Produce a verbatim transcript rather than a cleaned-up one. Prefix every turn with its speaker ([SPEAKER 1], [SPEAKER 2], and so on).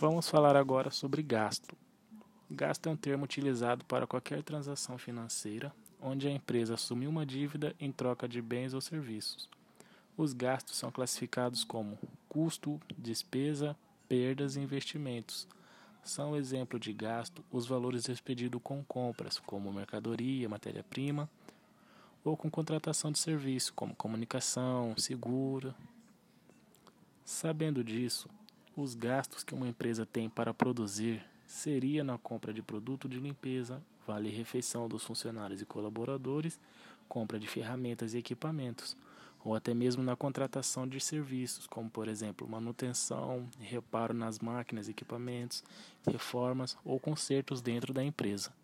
[SPEAKER 1] Vamos falar agora sobre gasto. Gasto é um termo utilizado para qualquer transação financeira onde a empresa assume uma dívida em troca de bens ou serviços. Os gastos são classificados como custo, despesa, perdas e investimentos. São exemplo de gasto os valores expedidos com compras, como mercadoria, matéria-prima, ou com contratação de serviço, como comunicação, seguro. Sabendo disso, os gastos que uma empresa tem para produzir seria na compra de produto de limpeza, vale-refeição dos funcionários e colaboradores, compra de ferramentas e equipamentos, ou até mesmo na contratação de serviços, como por exemplo manutenção, reparo nas máquinas e equipamentos, reformas ou consertos dentro da empresa.